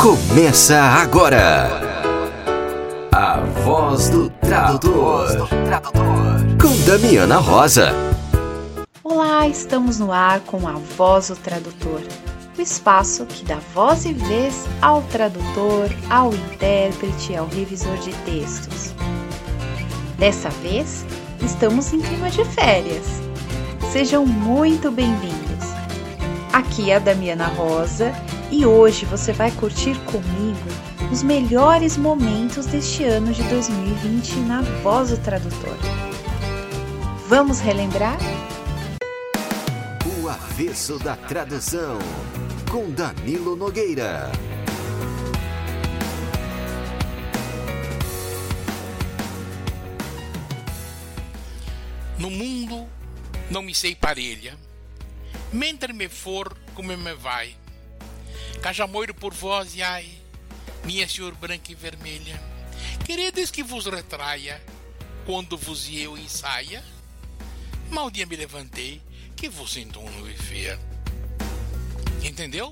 Começa agora A Voz do Tradutor, com Damiana Rosa. Olá, estamos no ar com A Voz do Tradutor, o espaço que dá voz e vez ao tradutor, ao intérprete, ao revisor de textos. Dessa vez, estamos em clima de férias. Sejam muito bem-vindos. Aqui é a Damiana Rosa e hoje você vai curtir comigo os melhores momentos deste ano de 2020 na Voz do Tradutor. Vamos relembrar? O Avesso da Tradução, com Danilo Nogueira. No mundo não me sei parelha, mentre me for como me vai. Cajamoiro por vós e ai, minha senhor branca e vermelha, queredes que vos retraia, quando vos eu ensaia? Mal dia me levantei, que vos entono e feia. Entendeu?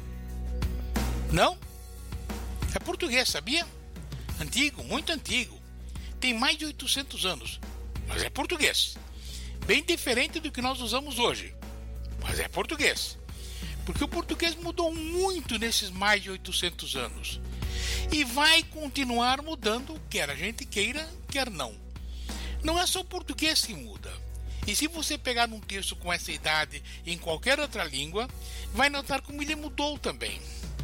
Não? É português, sabia? Antigo, muito antigo. Tem mais de 800 anos, mas é português. Bem diferente do que nós usamos hoje, mas é português. Porque o português mudou muito nesses mais de 800 anos. E vai continuar mudando, quer a gente queira, quer não. Não é só o português que muda. E se você pegar um texto com essa idade em qualquer outra língua, vai notar como ele mudou também.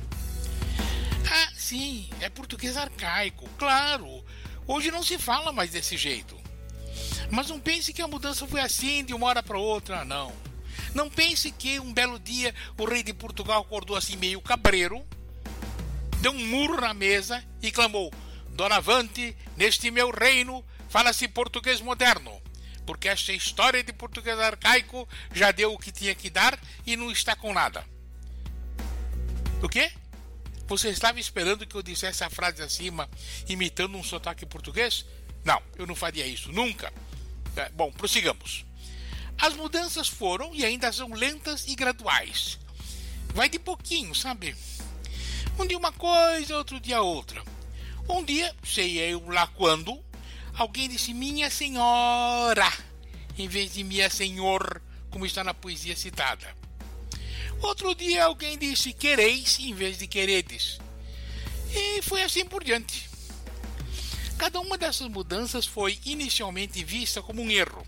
Ah, sim, é português arcaico, claro. Hoje não se fala mais desse jeito. Mas não pense que a mudança foi assim de uma hora para outra, não. Não pense que um belo dia o rei de Portugal acordou assim meio cabreiro, deu um murro na mesa e clamou: "Doravante, neste meu reino, fala-se português moderno, porque esta história de português arcaico já deu o que tinha que dar e não está com nada." O quê? Você estava esperando que eu dissesse a frase acima, imitando um sotaque português? Não, eu não faria isso, nunca. Bom, prossigamos. As mudanças foram e ainda são lentas e graduais. Vai de pouquinho, sabe? Um dia uma coisa, outro dia outra. Um dia, sei eu lá quando, alguém disse "minha senhora", em vez de "minha senhor", como está na poesia citada. Outro dia alguém disse "quereis", em vez de "queredes". E foi assim por diante. Cada uma dessas mudanças foi inicialmente vista como um erro.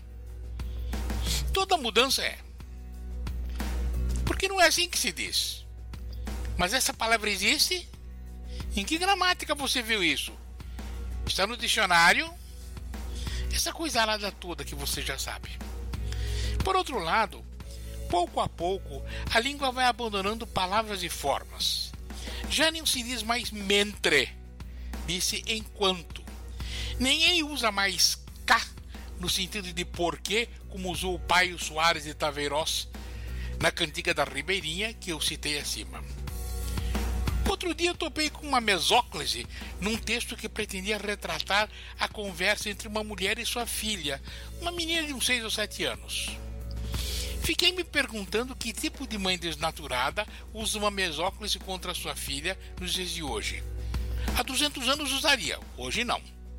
Toda mudança é. Porque não é assim que se diz. Mas essa palavra existe? Em que gramática você viu isso? Está no dicionário? Essa coisarada toda que você já sabe. Por outro lado, pouco a pouco, a língua vai abandonando palavras e formas. Já não se diz mais mentre, disse enquanto. Ninguém usa mais cá no sentido de porquê, como usou o Paio Soares de Taveiroz na cantiga da Ribeirinha que eu citei acima. Outro dia eu topei com uma mesóclise num texto que pretendia retratar a conversa entre uma mulher e sua filha, uma menina de uns 6 ou 7 anos. Fiquei me perguntando que tipo de mãe desnaturada usa uma mesóclise contra sua filha nos dias de hoje. Há 200 anos usaria, hoje não.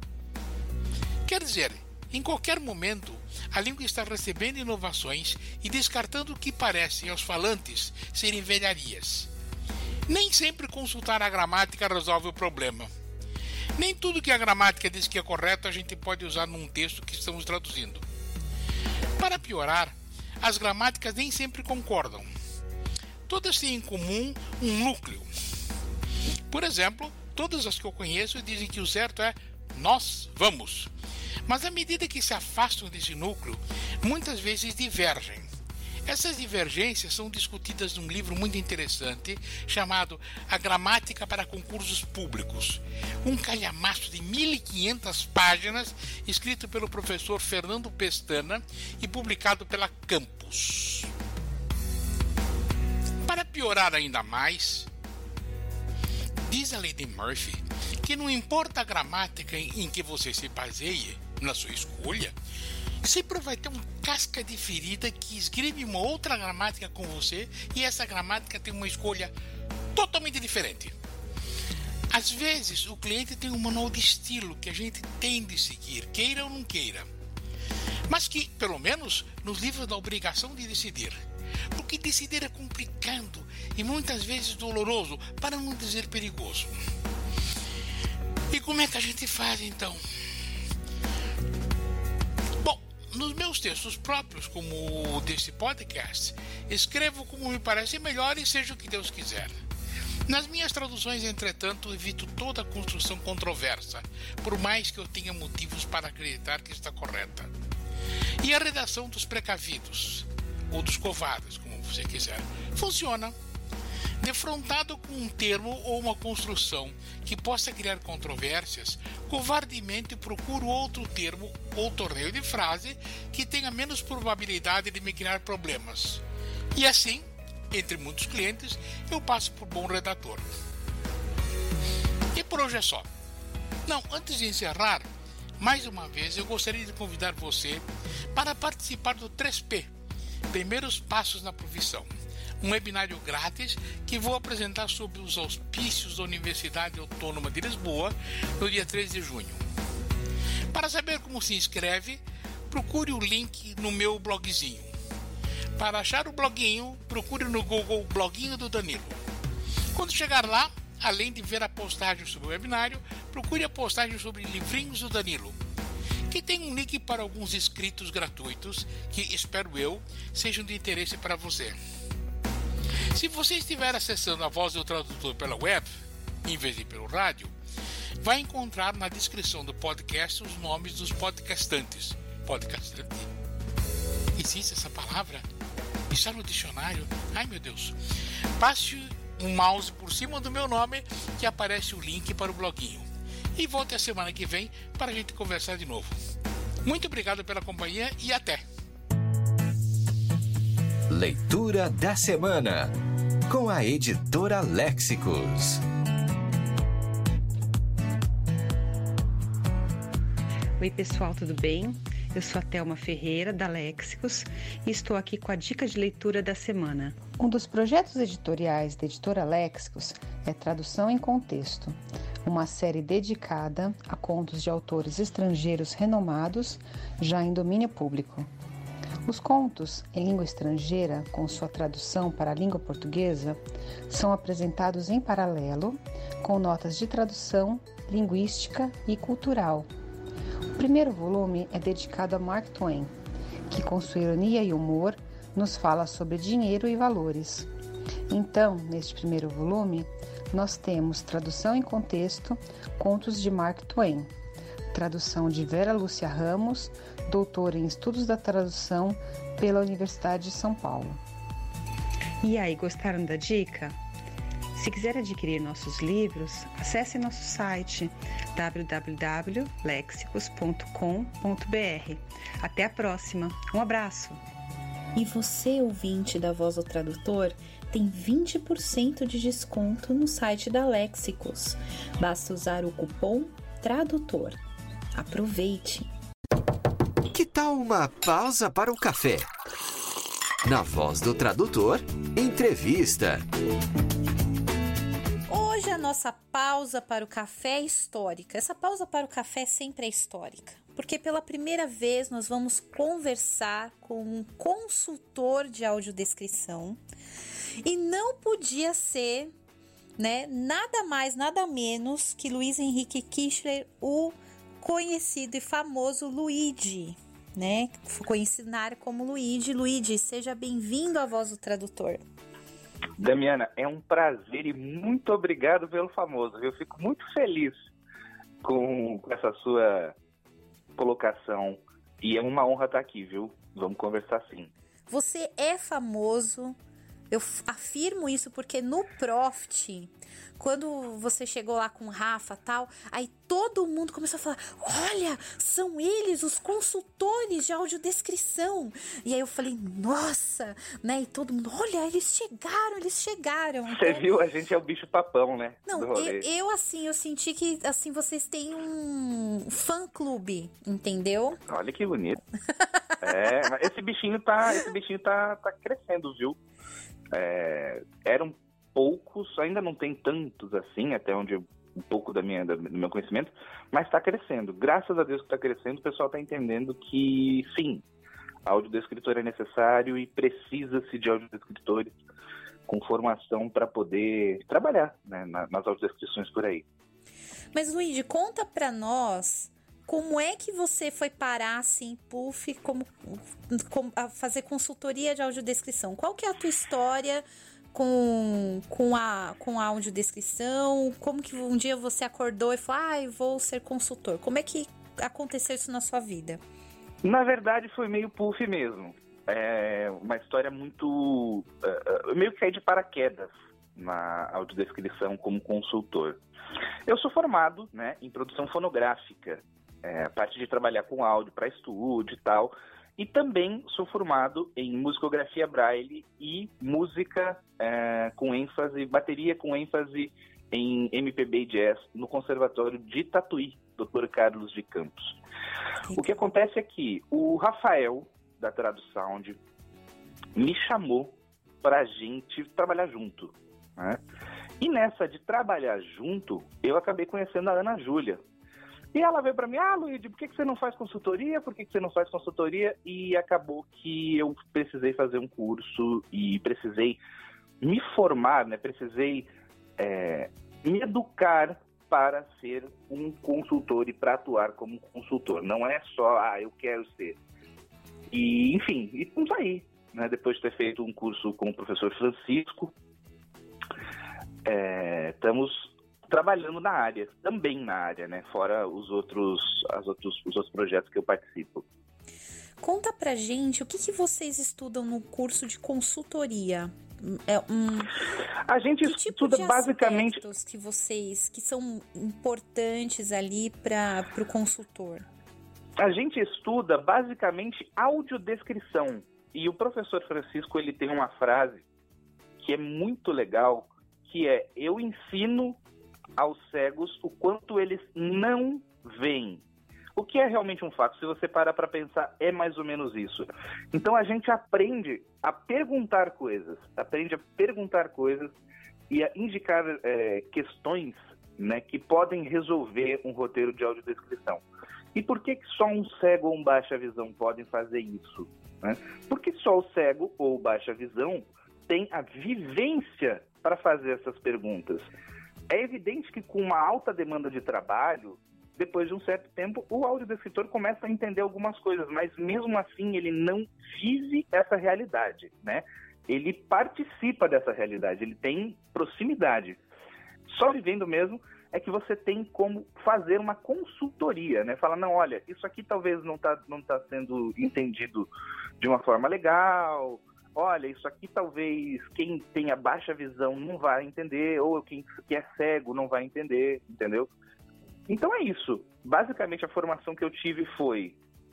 Quer dizer, em qualquer momento, a língua está recebendo inovações e descartando o que parecem aos falantes serem velharias. Nem sempre consultar a gramática resolve o problema. Nem tudo que a gramática diz que é correto a gente pode usar num texto que estamos traduzindo. Para piorar, as gramáticas nem sempre concordam. Todas têm em comum um núcleo. Por exemplo, todas as que eu conheço dizem que o certo é "nós vamos". Mas à medida que se afastam desse núcleo, muitas vezes divergem. Essas divergências são discutidas num livro muito interessante chamado A Gramática para Concursos Públicos, um calhamaço de 1.500 páginas, escrito pelo professor Fernando Pestana e publicado pela Campus. Para piorar ainda mais, diz a Lady Murphy que não importa a gramática em que você se baseie na sua escolha, sempre vai ter um casca de ferida que escreve uma outra gramática com você e essa gramática tem uma escolha totalmente diferente. Às vezes o cliente tem um manual de estilo que a gente tem de seguir, queira ou não queira, mas que, pelo menos, nos livra da obrigação de decidir. Porque decidir é complicado e muitas vezes doloroso, para não dizer perigoso. E como é que a gente faz então? Bom, nos meus textos próprios, como o desse podcast, escrevo como me parece melhor e seja o que Deus quiser. Nas minhas traduções, entretanto, evito toda a construção controversa, por mais que eu tenha motivos para acreditar que está correta. E a redação dos precavidos, ou dos covardes, como você quiser, funciona. Defrontado com um termo ou uma construção que possa criar controvérsias, covardemente procuro outro termo ou torneio de frase que tenha menos probabilidade de me criar problemas. E assim, entre muitos clientes, eu passo por bom redator. E por hoje é só. Não, antes de encerrar, mais uma vez eu gostaria de convidar você para participar do 3P, Primeiros Passos na Profissão, um webinário grátis que vou apresentar sob os auspícios da Universidade Autônoma de Lisboa no dia 3 de junho. Para saber como se inscreve, procure o link no meu blogzinho. Para achar o bloguinho, procure no Google Bloguinho do Danilo. Quando chegar lá, além de ver a postagem sobre o webinário, procure a postagem sobre livrinhos do Danilo, que tem um link para alguns inscritos gratuitos que, espero eu, sejam de interesse para você. Se você estiver acessando a Voz do Tradutor pela web, em vez de pelo rádio, vai encontrar na descrição do podcast os nomes dos podcastantes. Podcastante? Existe essa palavra? Está no dicionário? Ai meu Deus! Passe um mouse por cima do meu nome que aparece o link para o bloguinho. E volte a semana que vem para a gente conversar de novo. Muito obrigado pela companhia e até! Leitura da Semana, com a editora Léxicos. Oi pessoal, tudo bem? Eu sou a Thelma Ferreira, da Léxicos, e estou aqui com a dica de leitura da semana. Um dos projetos editoriais da editora Léxicos é Tradução em Contexto, uma série dedicada a contos de autores estrangeiros renomados, já em domínio público. Os contos em língua estrangeira, com sua tradução para a língua portuguesa, são apresentados em paralelo, com notas de tradução, linguística e cultural. O primeiro volume é dedicado a Mark Twain, que com sua ironia e humor nos fala sobre dinheiro e valores. Então, neste primeiro volume, nós temos Tradução em Contexto, Contos de Mark Twain, tradução de Vera Lúcia Ramos, doutora em Estudos da Tradução pela Universidade de São Paulo. E aí, gostaram da dica? Se quiser adquirir nossos livros, acesse nosso site www.lexicos.com.br. Até a próxima. Um abraço! E você, ouvinte da Voz do Tradutor, tem 20% de desconto no site da Léxicos. Basta usar o cupom TRADUTOR. Aproveite! Que tal uma pausa para o café? Na Voz do Tradutor, entrevista. Hoje a nossa pausa para o café é histórica. Essa pausa para o café sempre é histórica, porque pela primeira vez nós vamos conversar com um consultor de audiodescrição e não podia ser, nada mais, nada menos que Luiz Henrique Kichler, o conhecido e famoso Luigi, conhecido na área como Luigi. Luigi, seja bem-vindo à Voz do Tradutor. Damiana, é um prazer e muito obrigado pelo famoso. Eu fico muito feliz com essa sua colocação e é uma honra estar aqui, viu? Vamos conversar sim. Você é famoso, eu afirmo isso porque no Profit, quando você chegou lá com o Rafa e tal, aí todo mundo começou a falar, olha, são eles os consultores de audiodescrição. E aí eu falei, nossa, e todo mundo, olha, eles chegaram. Você viu? A gente é o bicho papão, né? Não, eu senti que, assim, vocês têm um fã-clube, entendeu? Olha que bonito. Esse bichinho tá crescendo, viu? Eram poucos, ainda não tem tantos assim, até onde eu um pouco do meu conhecimento, mas está crescendo. Graças a Deus que está crescendo, o pessoal está entendendo que, sim, audiodescritor é necessário e precisa-se de audiodescritores com formação para poder trabalhar, né, nas audiodescrições por aí. Mas, Luigi, conta para nós como é que você foi parar assim, PUF, a fazer consultoria de audiodescrição. Qual que é a tua história com a audiodescrição? Como que um dia você acordou e falou, vou ser consultor? Como é que aconteceu isso na sua vida? Na verdade, foi meio PUF mesmo. É uma história muito... Eu meio que caí de paraquedas na audiodescrição como consultor. Eu sou formado, né, em produção fonográfica, a parte de trabalhar com áudio para estúdio e tal, e também sou formado em musicografia braille e música com ênfase, bateria com ênfase em MPB e jazz no Conservatório de Tatuí, Dr. Carlos de Campos. O que acontece é que o Rafael, da Tradusound, me chamou para a gente trabalhar junto, né? E nessa de trabalhar junto, eu acabei conhecendo a Ana Júlia. E ela veio para mim, Luigi, por que você não faz consultoria? Por que você não faz consultoria? E acabou que eu precisei fazer um curso e precisei me formar, né? Precisei me educar para ser um consultor e para atuar como consultor. Não é só, eu quero ser. E, enfim, e estamos aí, né? Depois de ter feito um curso com o professor Francisco, estamos trabalhando na área, também na área, né? Fora os outros projetos que eu participo. Conta pra gente o que vocês estudam no curso de consultoria. A gente estuda basicamente que são importantes ali para o consultor. A gente estuda basicamente audiodescrição. E o professor Francisco, ele tem uma frase que é muito legal, que é: eu ensino aos cegos o quanto eles não veem. O que é realmente um fato, se você parar para pensar, é mais ou menos isso. Então a gente aprende a perguntar coisas e a indicar questões, né, que podem resolver um roteiro de audiodescrição. E por que só um cego ou um baixa visão podem fazer isso, né? Porque só o cego ou baixa visão tem a vivência para fazer essas perguntas. É evidente que com uma alta demanda de trabalho, depois de um certo tempo, o audiodescritor começa a entender algumas coisas, mas mesmo assim ele não vive essa realidade, né? Ele participa dessa realidade, ele tem proximidade. Só vivendo mesmo é que você tem como fazer uma consultoria, né? Falar, não, olha, isso aqui talvez não tá sendo entendido de uma forma legal. Olha, isso aqui talvez quem tem a baixa visão não vai entender, ou quem é cego não vai entender, entendeu? Então é isso. Basicamente a formação que eu tive foi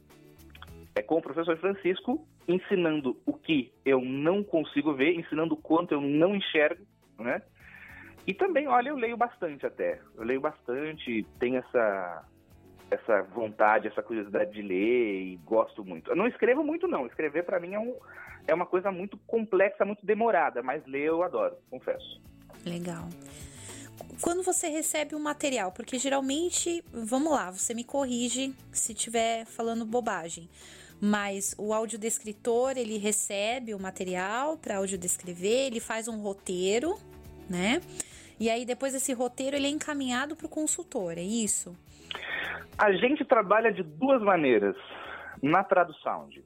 com o professor Francisco, ensinando o que eu não consigo ver, ensinando o quanto eu não enxergo, né? E também, olha, eu leio bastante até. Eu leio bastante, tenho essa vontade, essa curiosidade de ler e gosto muito. Eu não escrevo muito, não. Escrever para mim é uma coisa muito complexa, muito demorada, mas ler eu adoro, confesso. Legal. Quando você recebe um material, porque geralmente, vamos lá, você me corrige se estiver falando bobagem, mas o audiodescritor, ele recebe o material para audiodescrever, ele faz um roteiro, né? E aí depois esse roteiro ele é encaminhado para o consultor, é isso? A gente trabalha de duas maneiras na Tradusound.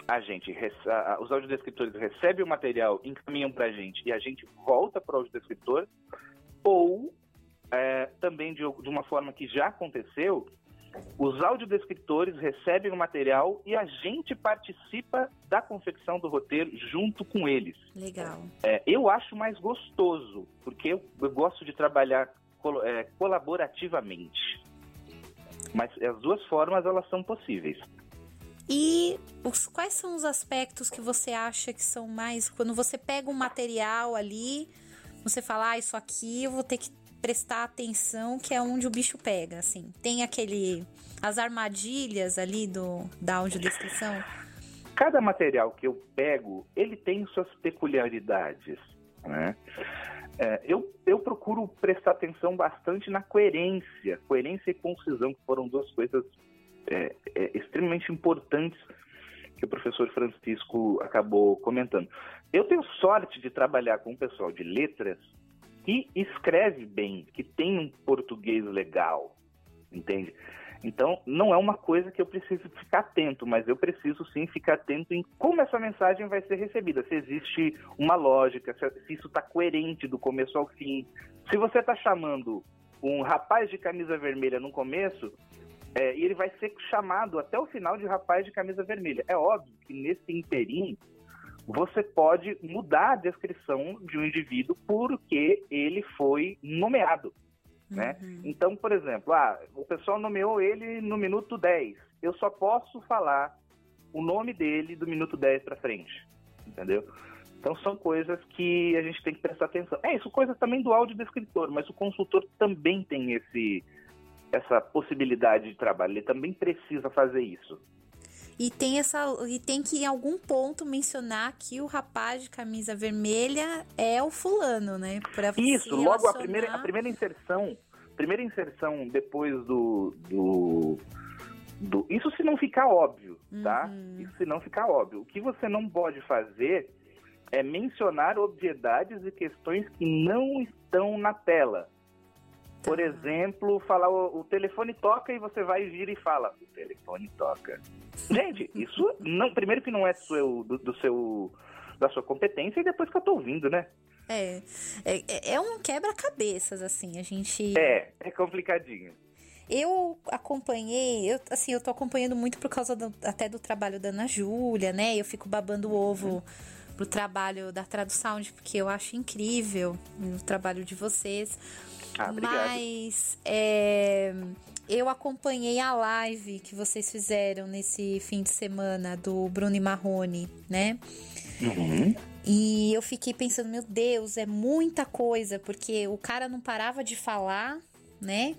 Os audiodescritores recebem o material, encaminham para a gente e a gente volta para o audiodescritor, ou também de uma forma que já aconteceu, os audiodescritores recebem o material e a gente participa da confecção do roteiro junto com eles. Legal. Eu acho mais gostoso, porque eu gosto de trabalhar colaborativamente. Mas as duas formas, elas são possíveis. E quais são os aspectos que você acha que são mais... Quando você pega um material ali, você fala, isso aqui eu vou ter que prestar atenção, que é onde o bicho pega, assim. Tem as armadilhas ali da audiodescrição? Cada material que eu pego, ele tem suas peculiaridades, né? Eu procuro prestar atenção bastante na coerência e concisão, que foram duas coisas extremamente importantes que o professor Francisco acabou comentando. Eu tenho sorte de trabalhar com um pessoal de letras que escreve bem, que tem um português legal, entende? Então, não é uma coisa que eu preciso ficar atento, mas eu preciso sim ficar atento em como essa mensagem vai ser recebida, se existe uma lógica, se isso está coerente do começo ao fim. Se você está chamando um rapaz de camisa vermelha no começo, e ele vai ser chamado até o final de rapaz de camisa vermelha. É óbvio que nesse interim, você pode mudar a descrição de um indivíduo porque ele foi nomeado. Né? Então, por exemplo, o pessoal nomeou ele no minuto 10. Eu só posso falar o nome dele do minuto 10 para frente, entendeu? Então, são coisas que a gente tem que prestar atenção. Isso, coisas também do audiodescritor, mas o consultor também tem essa possibilidade de trabalho, ele também precisa fazer isso. E tem que em algum ponto mencionar que o rapaz de camisa vermelha é o fulano, né? Pra isso, logo a primeira inserção depois do isso se não ficar óbvio, tá? Isso se não ficar óbvio. O que você não pode fazer é mencionar obviedades e questões que não estão na tela. Por exemplo, falar o telefone toca e você vai vir e fala, o telefone toca. Gente, isso não, primeiro que não é da sua competência, e depois que eu tô ouvindo, né? É um quebra-cabeças, assim, a gente... É complicadinho. Eu acompanhei, eu tô acompanhando muito por causa até do trabalho da Ana Júlia, né? Eu fico babando o ovo pro trabalho da Tradusound, porque eu acho incrível o trabalho de vocês. Mas eu acompanhei a live que vocês fizeram nesse fim de semana do Bruno e Marrone, né? E eu fiquei pensando, meu Deus, é muita coisa, porque o cara não parava de falar, né?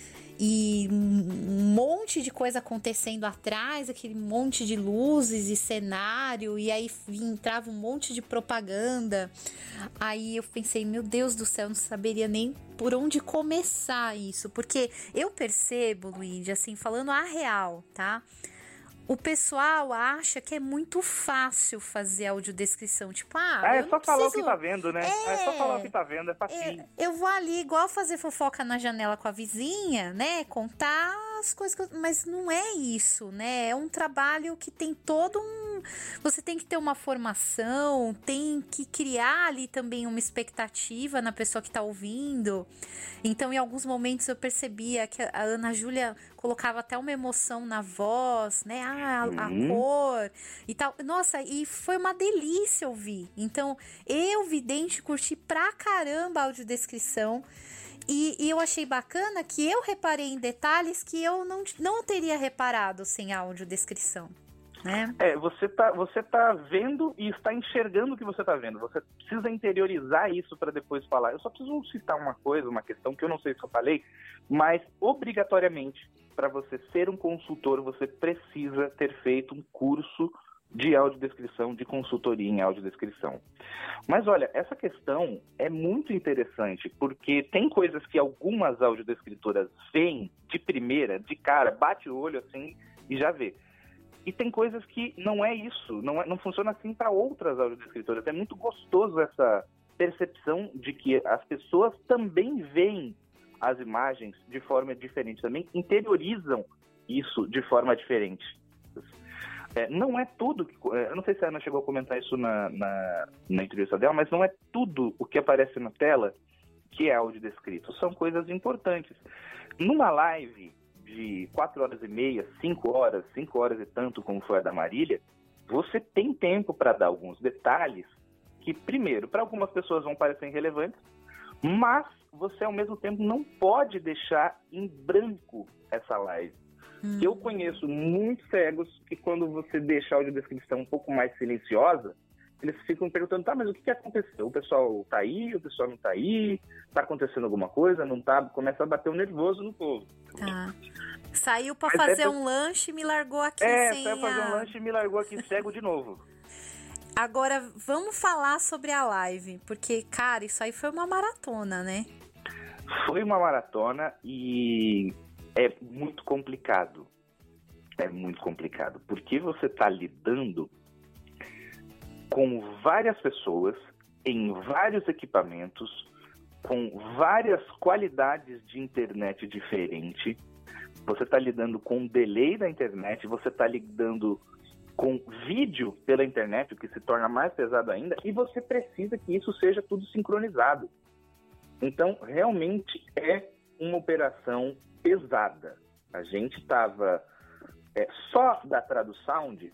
E um monte de coisa acontecendo atrás, aquele monte de luzes e cenário, e aí entrava um monte de propaganda. Aí eu pensei, meu Deus do céu, não saberia nem por onde começar isso, porque eu percebo, Luíde, assim, falando a real, tá? O pessoal acha que é muito fácil fazer audiodescrição. Tipo, é só falar o que tá vendo, né? É só falar o que tá vendo, é facinho. Eu vou ali, igual fazer fofoca na janela com a vizinha, né? Contar as coisas, mas não é isso, né? É um trabalho que tem todo você tem que ter uma formação, tem que criar ali também uma expectativa na pessoa que tá ouvindo. Então, em alguns momentos eu percebia que a Ana Júlia colocava até uma emoção na voz, né? A cor e tal. Nossa, e foi uma delícia ouvir. Então, eu, vidente, curti pra caramba a audiodescrição. E eu achei bacana que eu reparei em detalhes que eu não teria reparado sem a audiodescrição, né? Você tá vendo e está enxergando o que você tá vendo. Você precisa interiorizar isso para depois falar. Eu só preciso citar uma questão que eu não sei se eu falei, mas obrigatoriamente, para você ser um consultor, você precisa ter feito um curso de audiodescrição, de consultoria em audiodescrição. Mas olha, essa questão é muito interessante, porque tem coisas que algumas audiodescritoras veem de primeira, de cara, bate o olho assim e já vê. E tem coisas que não é isso, não funciona assim para outras audiodescritoras. É muito gostoso essa percepção de que as pessoas também veem as imagens de forma diferente, também interiorizam isso de forma diferente. Não é tudo, eu não sei se a Ana chegou a comentar isso na entrevista dela, mas não é tudo o que aparece na tela que é audiodescrito. São coisas importantes. Numa live de 4h30, 5 horas e tanto, como foi a da Marília, você tem tempo para dar alguns detalhes que, primeiro, para algumas pessoas vão parecer irrelevantes, mas você, ao mesmo tempo, não pode deixar em branco essa live. Eu conheço muitos cegos que, quando você deixa a audiodescrição um pouco mais silenciosa, eles ficam perguntando, tá, mas o que aconteceu? O pessoal tá aí? O pessoal não tá aí? Tá acontecendo alguma coisa? Não tá? Começa a bater um nervoso no povo. Tá. Saiu pra fazer um lanche e me largou aqui sem saiu fazer um lanche e me largou aqui cego de novo. Agora, vamos falar sobre a live, porque, cara, isso aí foi uma maratona, né? Foi uma maratona e é muito complicado. É muito complicado, porque você está lidando com várias pessoas, em vários equipamentos, com várias qualidades de internet diferentes. Você está lidando com o delay da internet, você está lidando com vídeo pela internet, o que se torna mais pesado ainda, e você precisa que isso seja tudo sincronizado. Então, realmente é uma operação pesada. A gente estava... só da Tradusound,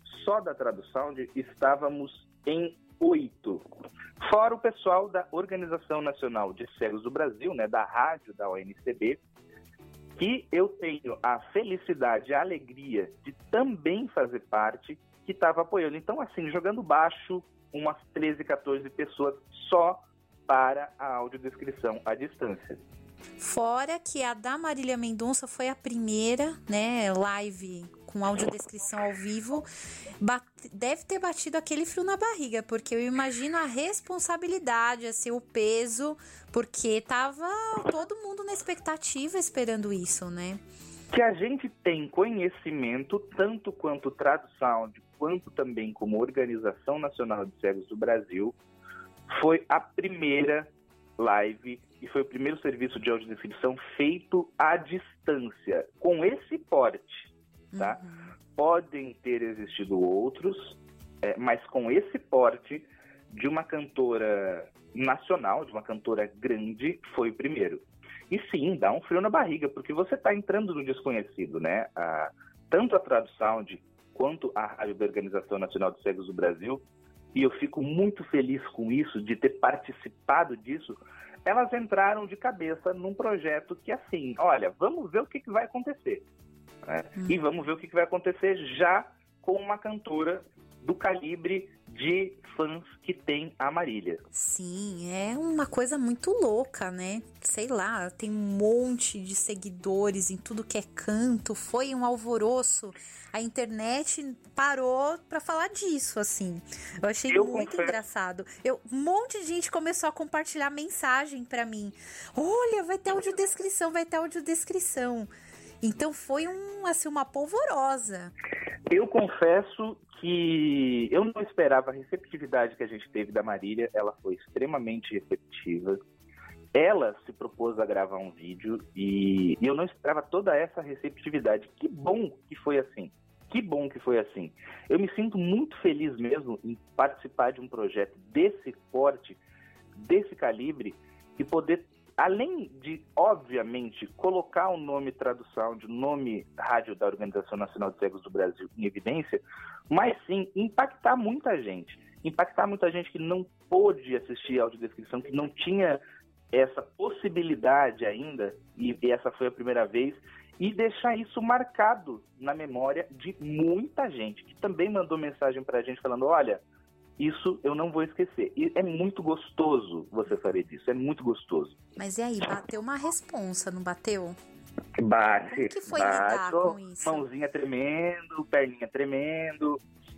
estávamos em 8. Fora o pessoal da Organização Nacional de Cegos do Brasil, né, da rádio da ONCB, que eu tenho a felicidade e a alegria de também fazer parte, que estava apoiando. Então, assim, jogando baixo umas 13, 14 pessoas só para a audiodescrição à distância. Fora que a da Marília Mendonça foi a primeira, né, live com audiodescrição ao vivo, deve ter batido aquele frio na barriga, porque eu imagino a responsabilidade, assim, o peso, porque tava todo mundo na expectativa esperando isso, né? Que a gente tem conhecimento, tanto quanto Tradusound, quanto também como Organização Nacional de Cegos do Brasil, foi a primeira live e foi o primeiro serviço de audiodescrição feito à distância, com esse porte, tá? Podem ter existido outros, mas com esse porte de uma cantora nacional, de uma cantora grande, foi o primeiro. E sim, dá um frio na barriga, porque você está entrando no desconhecido, né? Tanto a Tradusound quanto a Rádio da Organização Nacional de Cegos do Brasil, e eu fico muito feliz com isso, de ter participado disso, elas entraram de cabeça num projeto que, assim, olha, vamos ver o que vai acontecer. Né? E vamos ver o que vai acontecer já com uma cantora do calibre de fãs que tem a Marília. Sim, é uma coisa muito louca, né? Sei lá, tem um monte de seguidores em tudo que é canto, foi um alvoroço. A internet parou pra falar disso, assim. Eu achei muito engraçado. Um monte de gente começou a compartilhar mensagem pra mim. Olha, vai ter audiodescrição. Então foi uma polvorosa. Eu confesso que eu não esperava a receptividade que a gente teve da Marília. Ela foi extremamente receptiva. Ela se propôs a gravar um vídeo e eu não esperava toda essa receptividade. Que bom que foi assim. Eu me sinto muito feliz mesmo em participar de um projeto desse porte, desse calibre, e poder, além de, obviamente, colocar o nome Tradusound, o nome rádio da Organização Nacional de Cegos do Brasil em evidência, mas sim impactar muita gente que não pôde assistir a audiodescrição, que não tinha essa possibilidade ainda, e essa foi a primeira vez, e deixar isso marcado na memória de muita gente, que também mandou mensagem pra gente falando, olha, isso eu não vou esquecer. E é muito gostoso você saber disso, é muito gostoso. Mas e aí, bateu uma responsa, não bateu? Bate. Como que foi lidar com isso? Mãozinha tremendo, perninha tremendo.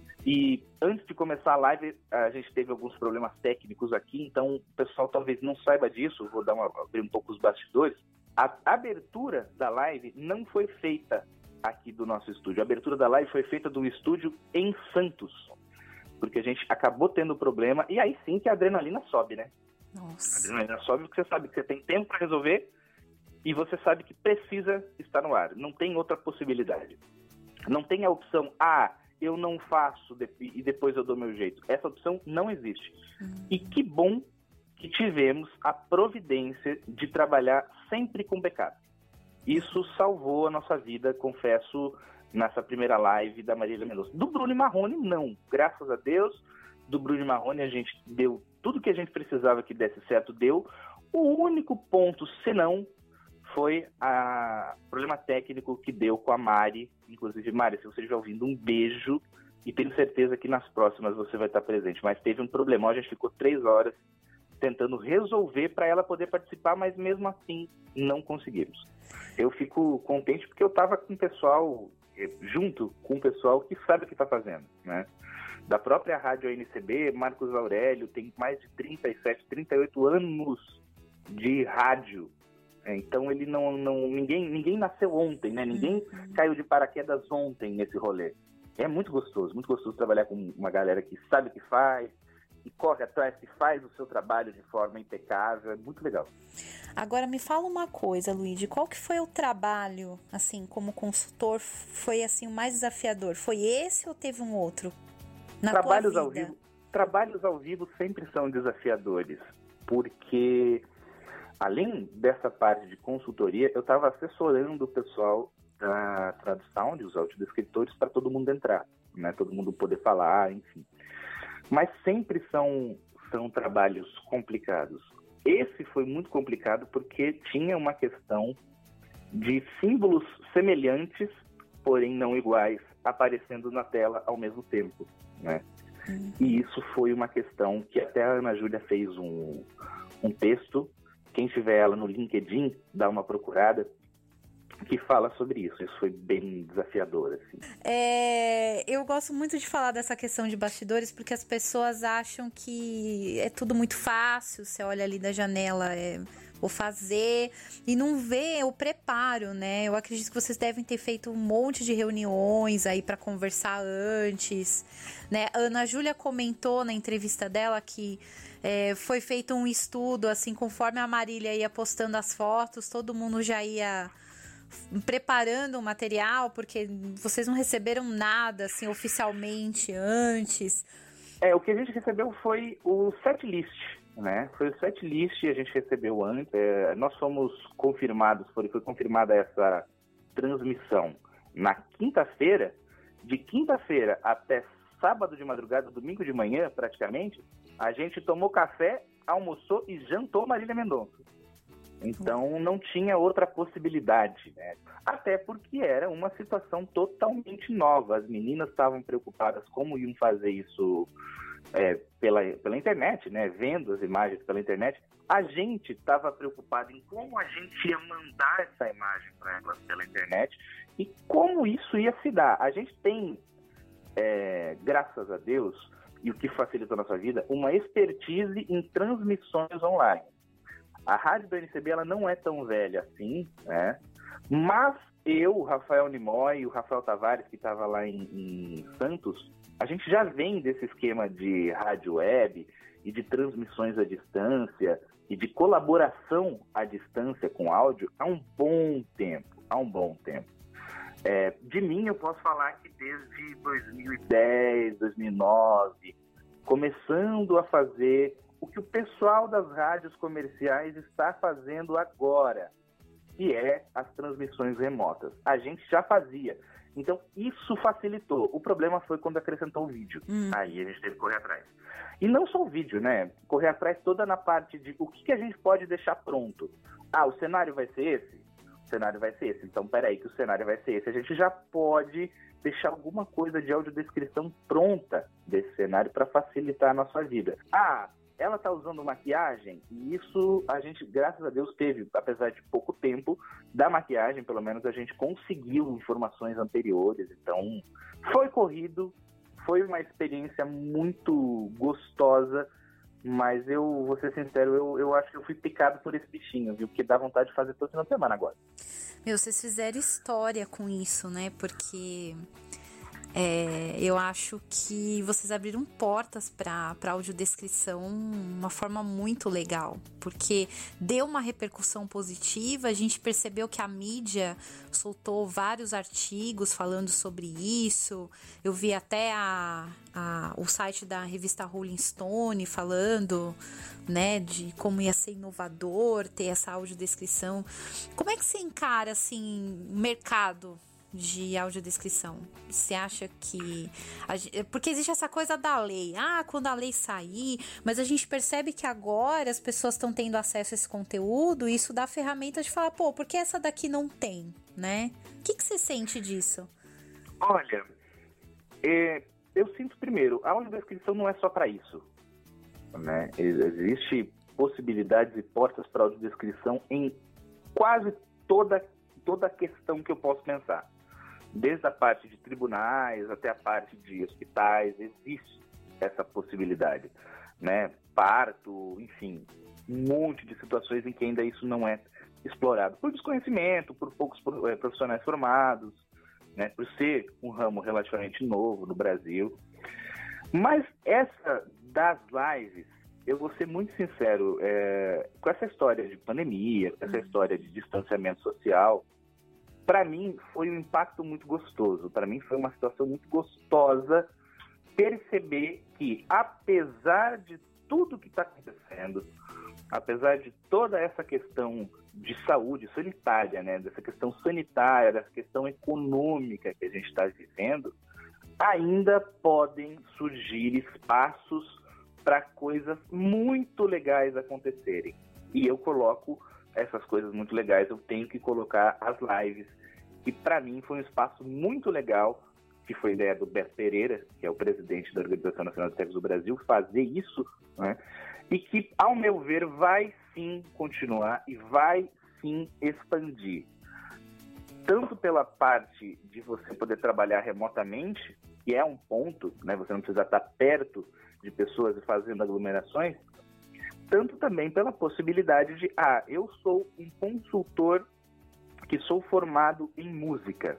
E antes de começar a live, a gente teve alguns problemas técnicos aqui, então o pessoal talvez não saiba disso, vou abrir um pouco os bastidores. A abertura da live não foi feita aqui do nosso estúdio. A abertura da live foi feita de um estúdio em Santos, porque a gente acabou tendo problema, e aí sim que a adrenalina sobe, né? Nossa. A adrenalina sobe porque você sabe que você tem tempo para resolver e você sabe que precisa estar no ar. Não tem outra possibilidade. Não tem a opção, eu não faço e depois eu dou meu jeito. Essa opção não existe. E que bom que tivemos a providência de trabalhar sempre com backup. Isso salvou a nossa vida, confesso, nessa primeira live da Marília Mendonça. Do Bruno e Marrone, não. Graças a Deus, do Bruno e Marrone a gente deu tudo que a gente precisava que desse certo, deu. O único ponto, senão, foi o problema técnico que deu com a Mari. Inclusive, Mari, se você estiver ouvindo, um beijo. E tenho certeza que nas próximas você vai estar presente. Mas teve um problema, a gente ficou 3 horas tentando resolver para ela poder participar, mas mesmo assim não conseguimos. Eu fico contente porque eu estava com o pessoal, junto com o pessoal que sabe o que está fazendo, né? da própria Rádio ANCB, Marcos Aurélio, tem mais de 37, 38 anos de rádio. Então ele ninguém nasceu ontem, né? Ninguém caiu de paraquedas ontem nesse rolê. É muito gostoso trabalhar com uma galera que sabe o que faz, que corre atrás, que faz o seu trabalho de forma impecável, é muito legal. Agora me fala uma coisa, Luigi, qual que foi o trabalho, assim, como consultor, foi assim o mais desafiador? Foi esse ou teve um outro na Trabalhos tua ao vida? vivo, trabalhos ao vivo sempre são desafiadores, porque além dessa parte de consultoria, eu estava assessorando o pessoal da tradução, os audiodescritores, para todo mundo entrar, né? Todo mundo poder falar, enfim. Mas sempre são trabalhos complicados. Esse foi muito complicado porque tinha uma questão de símbolos semelhantes, porém não iguais, aparecendo na tela ao mesmo tempo, né? E isso foi uma questão que até a Ana Júlia fez um texto, quem tiver ela no LinkedIn, dá uma procurada, que fala sobre isso. Isso foi bem desafiador, assim. Eu gosto muito de falar dessa questão de bastidores, porque as pessoas acham que é tudo muito fácil, você olha ali da janela, vou fazer, e não vê o preparo, né? Eu acredito que vocês devem ter feito um monte de reuniões aí para conversar antes, né? A Ana Júlia comentou na entrevista dela que foi feito um estudo, assim, conforme a Marília ia postando as fotos, todo mundo já ia preparando o material, porque vocês não receberam nada, assim, oficialmente antes. O que a gente recebeu foi o setlist, né? Foi o setlist, a gente recebeu antes. Nós fomos confirmados, foi confirmada essa transmissão na quinta-feira. De quinta-feira até sábado de madrugada, domingo de manhã, praticamente, a gente tomou café, almoçou e jantou Marília Mendonça. Então não tinha outra possibilidade, né? Até porque era uma situação totalmente nova. As meninas estavam preocupadas como iam fazer isso pela internet, né? Vendo as imagens pela internet. A gente estava preocupado em como a gente ia mandar essa imagem para elas pela internet e como isso ia se dar. A gente tem, graças a Deus, e o que facilitou a nossa vida, uma expertise em transmissões online. A rádio do NCB ela não é tão velha assim, né? Mas eu, o Rafael Nimoy e o Rafael Tavares, que estava lá em Santos, a gente já vem desse esquema de rádio web e de transmissões à distância e de colaboração à distância com áudio há um bom tempo. De mim eu posso falar que desde 2010, 2009, começando a fazer o que o pessoal das rádios comerciais está fazendo agora, que é as transmissões remotas. A gente já fazia. Então, isso facilitou. O problema foi quando acrescentou o vídeo. Aí a gente teve que correr atrás. E não só o vídeo, né? Correr atrás toda na parte de o que a gente pode deixar pronto. O cenário vai ser esse? O cenário vai ser esse. Então, peraí, que o cenário vai ser esse. A gente já pode deixar alguma coisa de audiodescrição pronta desse cenário para facilitar a nossa vida. Ela está usando maquiagem, e isso a gente, graças a Deus, teve, apesar de pouco tempo, da maquiagem, pelo menos a gente conseguiu informações anteriores. Então, foi corrido, foi uma experiência muito gostosa, mas eu vou ser sincero, eu acho que eu fui picado por esse bichinho, viu? Porque dá vontade de fazer todo final de semana agora. Vocês fizeram história com isso, né? Porque eu acho que vocês abriram portas para audiodescrição de uma forma muito legal, porque deu uma repercussão positiva. A gente percebeu que a mídia soltou vários artigos falando sobre isso. Eu vi até o site da revista Rolling Stone falando, né, de como ia ser inovador ter essa audiodescrição. Como é que você encara, assim, o mercado de audiodescrição? Você acha que... Porque existe essa coisa da lei. Quando a lei sair... Mas a gente percebe que agora as pessoas estão tendo acesso a esse conteúdo e isso dá ferramenta de falar, por que essa daqui não tem, né? O que você sente disso? Olha, eu sinto primeiro, a audiodescrição não é só para isso, né? Existe possibilidades e portas para audiodescrição em quase toda questão que eu posso pensar. Desde a parte de tribunais até a parte de hospitais, existe essa possibilidade, né? Parto, enfim, um monte de situações em que ainda isso não é explorado por desconhecimento, por poucos profissionais formados, né? Por ser um ramo relativamente novo no Brasil. Mas essa das lives, eu vou ser muito sincero, com essa história de pandemia, com essa história de distanciamento social, para mim foi um impacto muito gostoso. Para mim foi uma situação muito gostosa perceber que, apesar de tudo que está acontecendo, apesar de toda essa questão de saúde sanitária, né, dessa questão sanitária, dessa questão econômica que a gente está vivendo, ainda podem surgir espaços para coisas muito legais acontecerem. E eu coloco essas coisas muito legais, eu tenho que colocar as lives, que para mim foi um espaço muito legal, que foi a ideia do Beto Pereira, que é o presidente da Organização Nacional de Cegos do Brasil, fazer isso, né? E que, ao meu ver, vai sim continuar e vai sim expandir. Tanto pela parte de você poder trabalhar remotamente, que é um ponto, né? Você não precisa estar perto de pessoas e fazendo aglomerações, tanto também pela possibilidade de, eu sou um consultor que sou formado em música.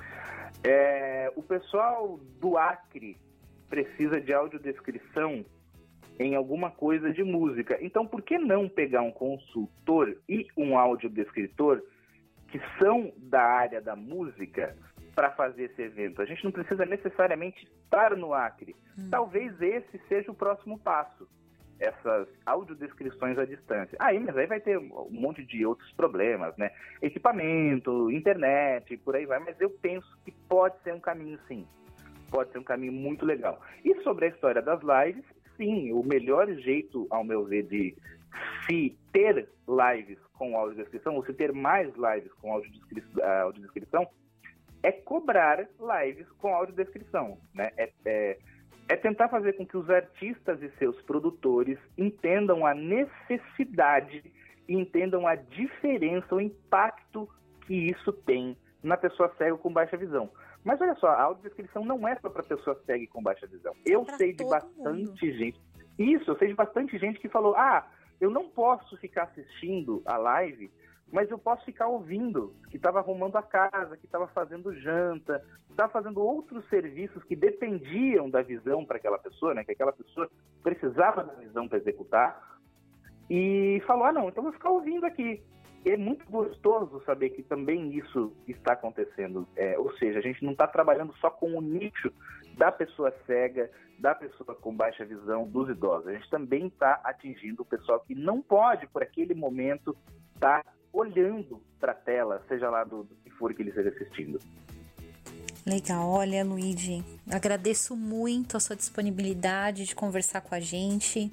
O pessoal do Acre precisa de audiodescrição em alguma coisa de música. Então, por que não pegar um consultor e um audiodescritor que são da área da música para fazer esse evento? A gente não precisa necessariamente estar no Acre. Talvez esse seja o próximo passo, essas audiodescrições à distância. Mas aí vai ter um monte de outros problemas, né? Equipamento, internet, por aí vai. Mas eu penso que pode ser um caminho, sim. Pode ser um caminho muito legal. E sobre a história das lives, sim, o melhor jeito, ao meu ver, de se ter lives com audiodescrição, ou se ter mais lives com audiodescrição, é cobrar lives com audiodescrição, né? É tentar fazer com que os artistas e seus produtores entendam a necessidade e entendam a diferença, o impacto que isso tem na pessoa cega com baixa visão. Mas olha só, a audiodescrição não é só para pessoa cega com baixa visão. Eu sei de bastante gente. Isso, eu sei de bastante gente que falou, eu não posso ficar assistindo a live, mas eu posso ficar ouvindo, que estava arrumando a casa, que estava fazendo janta, que estava fazendo outros serviços que dependiam da visão para aquela pessoa, né? Que aquela pessoa precisava da visão para executar, e falou, não, então vou ficar ouvindo aqui. É muito gostoso saber que também isso está acontecendo. Ou seja, a gente não está trabalhando só com o nicho da pessoa cega, da pessoa com baixa visão, dos idosos. A gente também está atingindo o pessoal que não pode, por aquele momento, estar olhando para a tela, seja lá do que for que ele esteja assistindo. Legal, olha, Luigi, agradeço muito a sua disponibilidade de conversar com a gente.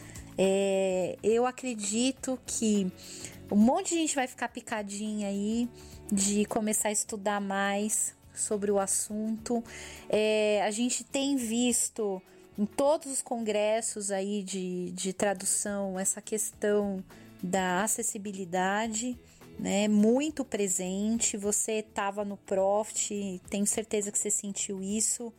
Eu acredito que um monte de gente vai ficar picadinha aí de começar a estudar mais sobre o assunto. A gente tem visto em todos os congressos aí de tradução essa questão da acessibilidade, né, muito presente. Você estava no Profit, tenho certeza que você sentiu isso.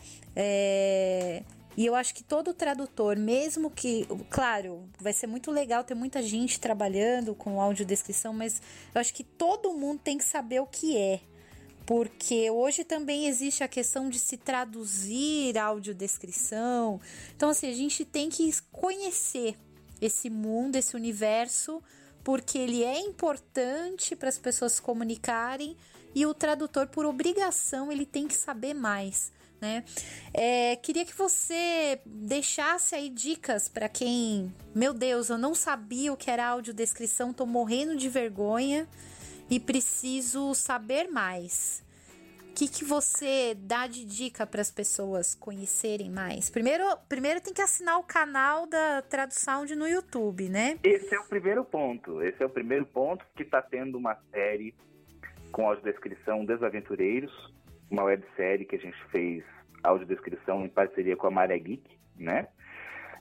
E eu acho que todo tradutor, mesmo que, claro, vai ser muito legal ter muita gente trabalhando com audiodescrição, mas eu acho que todo mundo tem que saber o que é. Porque hoje também existe a questão de se traduzir audiodescrição. Então, assim, a gente tem que conhecer esse mundo, esse universo, porque ele é importante para as pessoas se comunicarem e o tradutor, por obrigação, ele tem que saber mais, né? Queria que você deixasse aí dicas para quem, meu Deus, eu não sabia o que era audiodescrição, tô morrendo de vergonha e preciso saber mais. O que você dá de dica para as pessoas conhecerem mais? Primeiro tem que assinar o canal da TraduSound no YouTube, né? Esse é o primeiro ponto. Que está tendo uma série com audiodescrição Desaventureiros, uma websérie que a gente fez audiodescrição em parceria com a Maré Geek, né?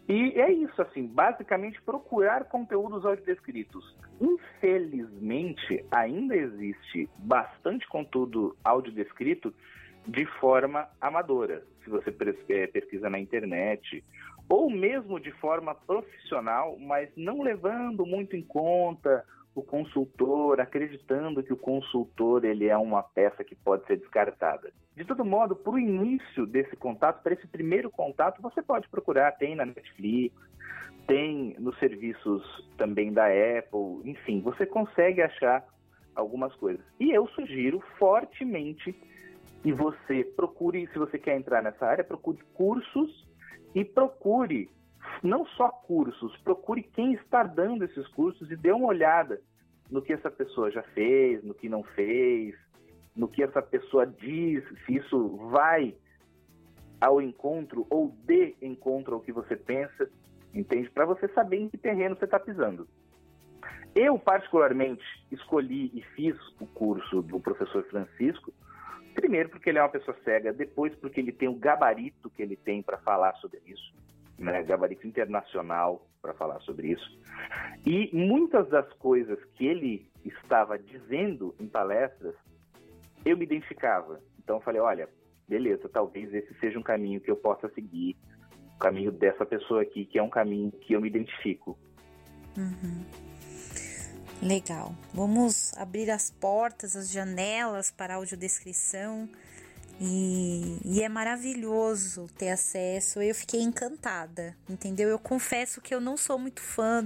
E é isso, assim, basicamente procurar conteúdos audiodescritos. Infelizmente, ainda existe bastante conteúdo audiodescrito de forma amadora, se você pesquisa na internet, ou mesmo de forma profissional, mas não levando muito em conta o consultor, acreditando que o consultor ele é uma peça que pode ser descartada. De todo modo, para o início desse contato, para esse primeiro contato, você pode procurar, tem na Netflix, tem nos serviços também da Apple, enfim, você consegue achar algumas coisas. E eu sugiro fortemente que você procure, se você quer entrar nessa área, procure cursos e procure, não só cursos, procure quem está dando esses cursos e dê uma olhada no que essa pessoa já fez, no que não fez, no que essa pessoa diz, se isso vai ao encontro ou de encontro ao que você pensa, entende? Para você saber em que terreno você está pisando. Eu, particularmente, escolhi e fiz o curso do professor Francisco, primeiro porque ele é uma pessoa cega, depois porque ele tem o gabarito que ele tem para falar sobre isso, né? Gabarito internacional para falar sobre isso. E muitas das coisas que ele estava dizendo em palestras, eu me identificava. Então eu falei, olha, beleza, talvez esse seja um caminho que eu possa seguir, o caminho dessa pessoa aqui, que é um caminho que eu me identifico. Uhum. Legal. Vamos abrir as portas, as janelas para a audiodescrição e é maravilhoso ter acesso. Eu fiquei encantada, entendeu? Eu confesso que eu não sou muito fã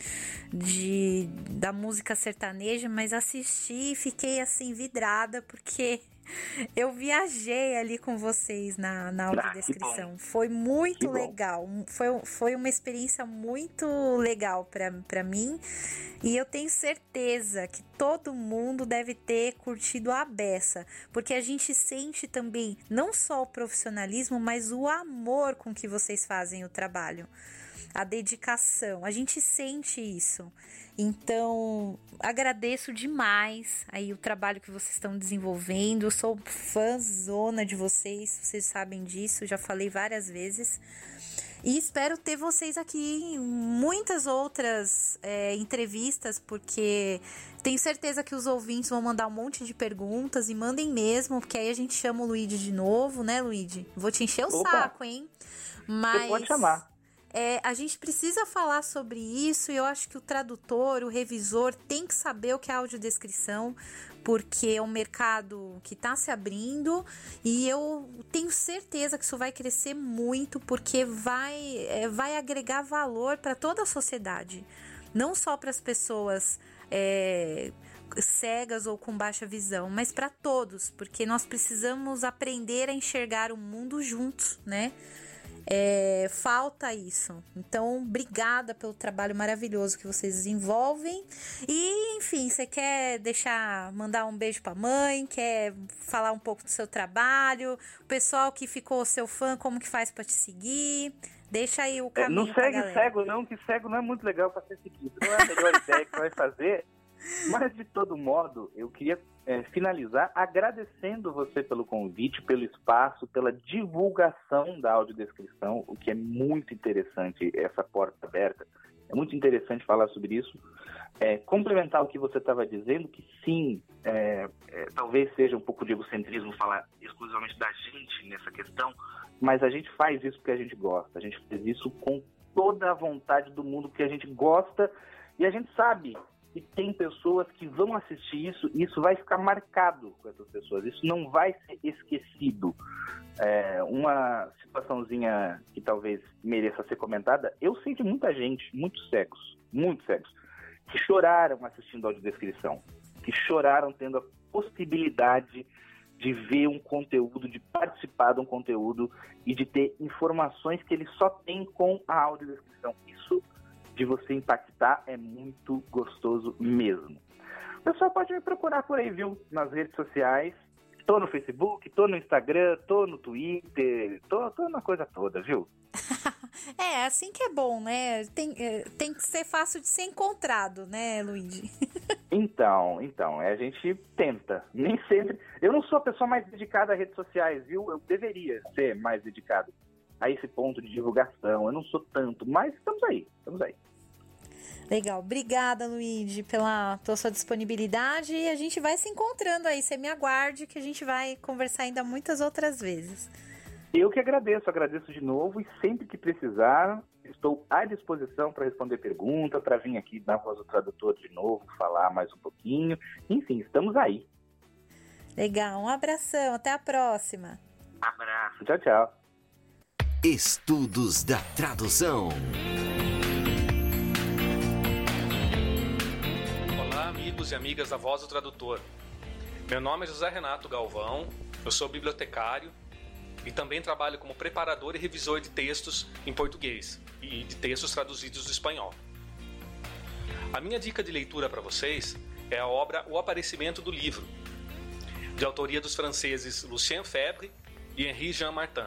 da música sertaneja, mas assisti e fiquei assim vidrada porque eu viajei ali com vocês na audiodescrição. Foi muito legal. Foi uma experiência muito legal para mim. E eu tenho certeza que todo mundo deve ter curtido a beça. Porque a gente sente também não só o profissionalismo, mas o amor com que vocês fazem o trabalho. A dedicação. A gente sente isso. Então, agradeço demais aí o trabalho que vocês estão desenvolvendo. Eu sou fãzona de vocês sabem disso, já falei várias vezes. E espero ter vocês aqui em muitas outras entrevistas, porque tenho certeza que os ouvintes vão mandar um monte de perguntas e mandem mesmo, porque aí a gente chama o Luigi de novo, né, Luigi? Vou te encher o saco, hein? Mas... Você pode chamar. A gente precisa falar sobre isso e eu acho que o tradutor, o revisor tem que saber o que é audiodescrição, porque é um mercado que está se abrindo e eu tenho certeza que isso vai crescer muito, porque vai agregar valor para toda a sociedade, não só para as pessoas cegas ou com baixa visão, mas para todos, porque nós precisamos aprender a enxergar o mundo juntos, né? Falta isso. Então, obrigada pelo trabalho maravilhoso que vocês desenvolvem. E, enfim, você quer mandar um beijo pra mãe? Quer falar um pouco do seu trabalho? O pessoal que ficou seu fã, como que faz pra te seguir? Deixa aí o caminho. Não segue cego não, que cego não é muito legal pra ser seguido. Não é a melhor ideia que você vai fazer. Mas, de todo modo, eu queria finalizar agradecendo você pelo convite, pelo espaço, pela divulgação da audiodescrição, o que é muito interessante, essa porta aberta. É muito interessante falar sobre isso. Complementar o que você estava dizendo, que sim, talvez seja um pouco de egocentrismo falar exclusivamente da gente nessa questão, mas a gente faz isso porque a gente gosta. A gente faz isso com toda a vontade do mundo, porque a gente gosta e a gente sabe e tem pessoas que vão assistir isso e isso vai ficar marcado com essas pessoas. Isso não vai ser esquecido. Uma situaçãozinha que talvez mereça ser comentada, eu sei de muita gente, muitos cegos, que choraram assistindo a audiodescrição, que choraram tendo a possibilidade de ver um conteúdo, de participar de um conteúdo e de ter informações que ele só tem com a audiodescrição. Isso de você impactar é muito gostoso mesmo. O pessoal pode me procurar por aí, viu? Nas redes sociais. Tô no Facebook, tô no Instagram, tô no Twitter, tô na coisa toda, viu? Assim que é bom, né? Tem que ser fácil de ser encontrado, né, Luigi? Então, a gente tenta. Nem sempre... Eu não sou a pessoa mais dedicada às redes sociais, viu? Eu deveria ser mais dedicado. a esse ponto de divulgação. Eu não sou tanto, mas estamos aí. Legal, obrigada, Luigi, pela sua disponibilidade, e a gente vai se encontrando aí, você me aguarde que a gente vai conversar ainda muitas outras vezes. Eu que agradeço de novo, e sempre que precisar, estou à disposição para responder pergunta, para vir aqui na Voz do Tradutor de novo, falar mais um pouquinho, enfim, estamos aí. Legal, um abração, até a próxima. Abraço, tchau, tchau. Estudos da tradução. Olá, amigos e amigas da Voz do Tradutor. Meu nome é José Renato Galvão, eu sou bibliotecário e também trabalho como preparador e revisor de textos em português e de textos traduzidos do espanhol. A minha dica de leitura para vocês é a obra O Aparecimento do Livro, de autoria dos franceses Lucien Febvre e Henri Jean Martin.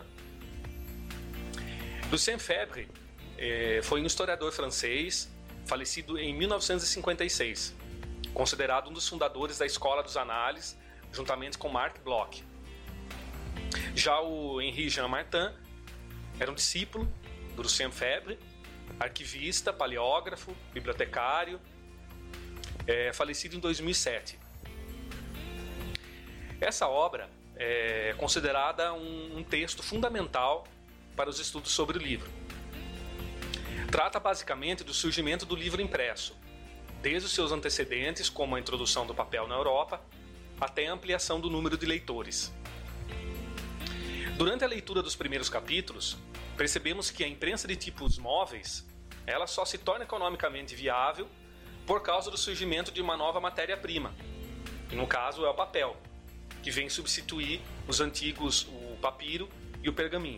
Lucien Febvre foi um historiador francês, falecido em 1956, considerado um dos fundadores da Escola dos Análises, juntamente com Marc Bloch. Já o Henri Jean Martin era um discípulo do Lucien Febvre, arquivista, paleógrafo, bibliotecário, falecido em 2007. Essa obra é considerada um texto fundamental para os estudos sobre o livro. Trata basicamente do surgimento do livro impresso, desde os seus antecedentes, como a introdução do papel na Europa, até a ampliação do número de leitores. Durante a leitura dos primeiros capítulos, percebemos que a imprensa de tipos móveis ela só se torna economicamente viável por causa do surgimento de uma nova matéria-prima, que no caso é o papel, que vem substituir os antigos, o papiro e o pergaminho.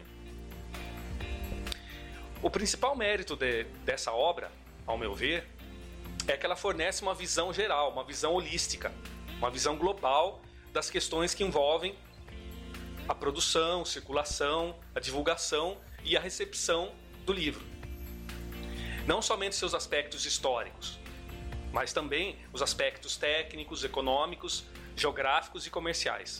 O principal mérito dessa obra, ao meu ver, é que ela fornece uma visão geral, uma visão holística, uma visão global das questões que envolvem a produção, circulação, a divulgação e a recepção do livro. Não somente seus aspectos históricos, mas também os aspectos técnicos, econômicos, geográficos e comerciais.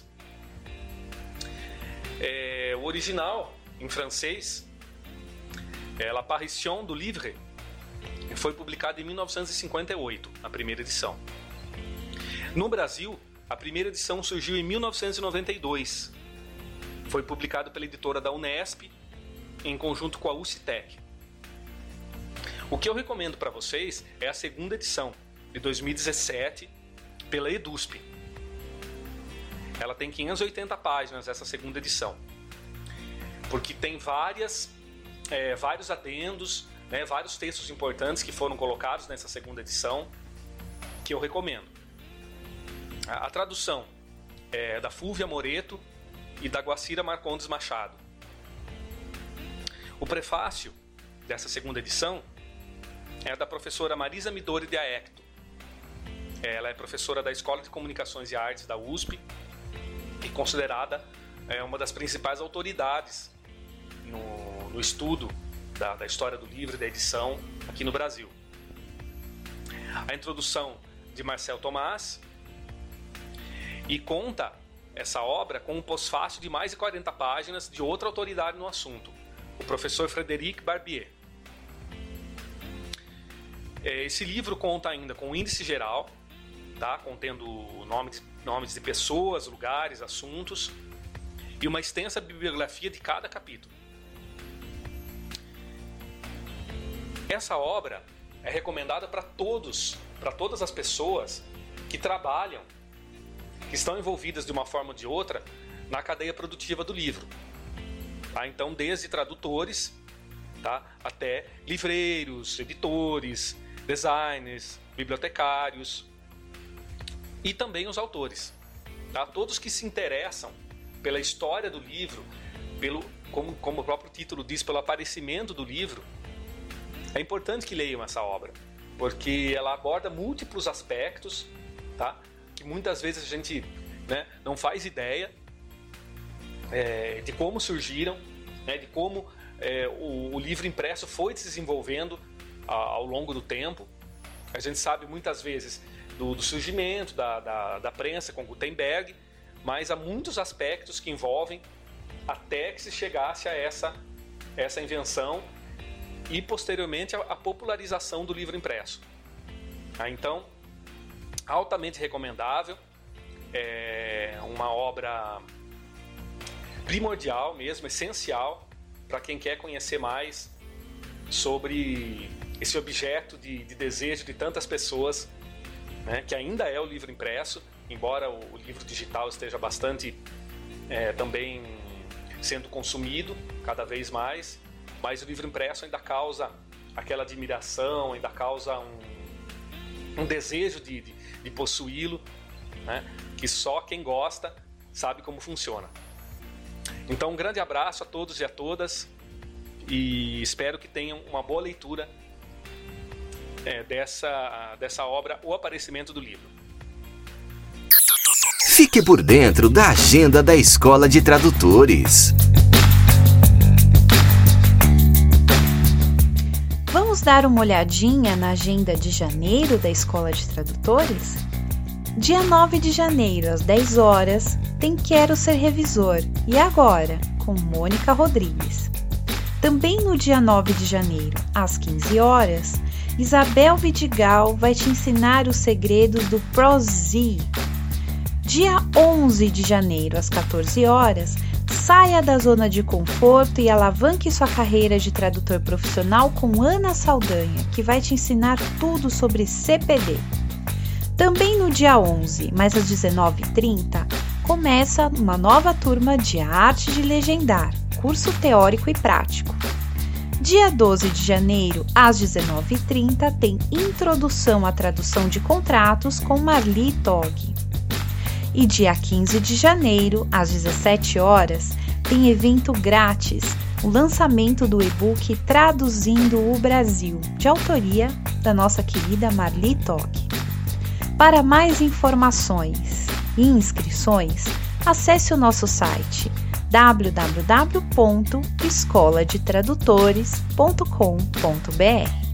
O original, em francês, L'Apparition du Livre, foi publicado em 1958, a primeira edição. No Brasil, a primeira edição surgiu em 1992. Foi publicado pela editora da Unesp, em conjunto com a UCTEC. O que eu recomendo para vocês é a segunda edição, de 2017, pela EDUSP. Ela tem 580 páginas, essa segunda edição, porque tem vários adendos, vários textos importantes que foram colocados nessa segunda edição, que eu recomendo. A tradução é da Fúvia Moreto e da Guacira Marcondes Machado. O prefácio dessa segunda edição é da professora Marisa Midori de Aecto. Ela é professora da Escola de Comunicações e Artes da USP e considerada uma das principais autoridades no estudo da história do livro e da edição aqui no Brasil. A introdução de Marcel Tomás, e conta essa obra com um pós-fácil de mais de 40 páginas de outra autoridade no assunto, o professor Frédéric Barbier. Esse livro conta ainda com o índice geral, contendo nomes de pessoas, lugares, assuntos, e uma extensa bibliografia de cada capítulo. Essa obra é recomendada para todas as pessoas que trabalham, que estão envolvidas de uma forma ou de outra na cadeia produtiva do livro. Então, desde tradutores, até livreiros, editores, designers, bibliotecários e também os autores. Todos que se interessam pela história do livro, como o próprio título diz, pelo aparecimento do livro, é importante que leiam essa obra, porque ela aborda múltiplos aspectos, que muitas vezes a gente não faz ideia de como surgiram, de como o livro impresso foi se desenvolvendo ao longo do tempo. A gente sabe muitas vezes do surgimento da prensa com Gutenberg, mas há muitos aspectos que envolvem até que se chegasse a essa invenção e posteriormente a popularização do livro impresso. Então, altamente recomendável, é uma obra primordial mesmo, essencial para quem quer conhecer mais sobre esse objeto de desejo de tantas pessoas, né, que ainda é o livro impresso, embora o livro digital esteja bastante também sendo consumido cada vez mais, mas o livro impresso ainda causa aquela admiração, ainda causa um desejo de possuí-lo, né, que só quem gosta sabe como funciona. Então, um grande abraço a todos e a todas e espero que tenham uma boa leitura dessa obra, O Aparecimento do Livro. Fique por dentro da agenda da Escola de Tradutores. Vamos dar uma olhadinha na agenda de janeiro da Escola de Tradutores? Dia 9 de janeiro, às 10 horas, tem Quero Ser Revisor. E agora? Com Mônica Rodrigues. Também no dia 9 de janeiro, às 15 horas, Isabel Vidigal vai te ensinar os segredos do Prozee. Dia 11 de janeiro, às 14 horas, saia da zona de conforto e alavanque sua carreira de tradutor profissional com Ana Saldanha, que vai te ensinar tudo sobre CPD. Também no dia 11, mas às 19h30, começa uma nova turma de Arte de Legendar, curso teórico e prático. Dia 12 de janeiro, às 19h30, tem Introdução à Tradução de Contratos com Marli Tog. E dia 15 de janeiro, às 17 horas, tem evento grátis, o lançamento do e-book Traduzindo o Brasil, de autoria da nossa querida Marli Tog. Para mais informações e inscrições, acesse o nosso site www.escoladetradutores.com.br.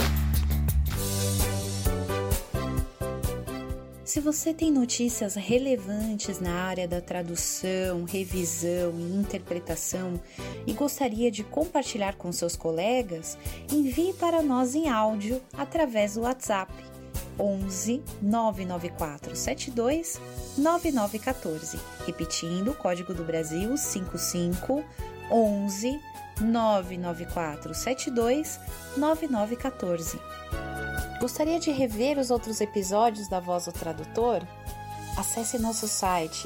Se você tem notícias relevantes na área da tradução, revisão e interpretação e gostaria de compartilhar com seus colegas, envie para nós em áudio através do WhatsApp 11 994 72 9914, repetindo o código do Brasil 55 11 994 72 9914. Gostaria de rever os outros episódios da Voz do Tradutor? Acesse nosso site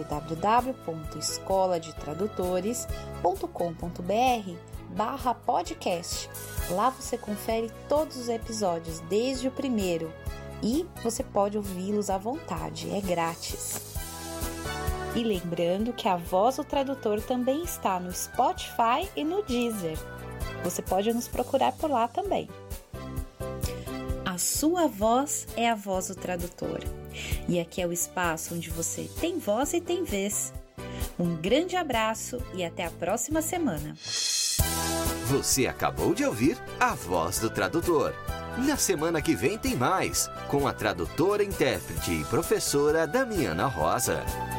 www.escoladetradutores.com.br/podcast. Lá você confere todos os episódios, desde o primeiro, e você pode ouvi-los à vontade, é grátis. E lembrando que a Voz do Tradutor também está no Spotify e no Deezer. Você pode nos procurar por lá também. A sua voz é a voz do tradutor. E aqui é o espaço onde você tem voz e tem vez. Um grande abraço e até a próxima semana. Você acabou de ouvir A Voz do Tradutor. Na semana que vem tem mais, com a tradutora, intérprete e professora Damiana Rosa.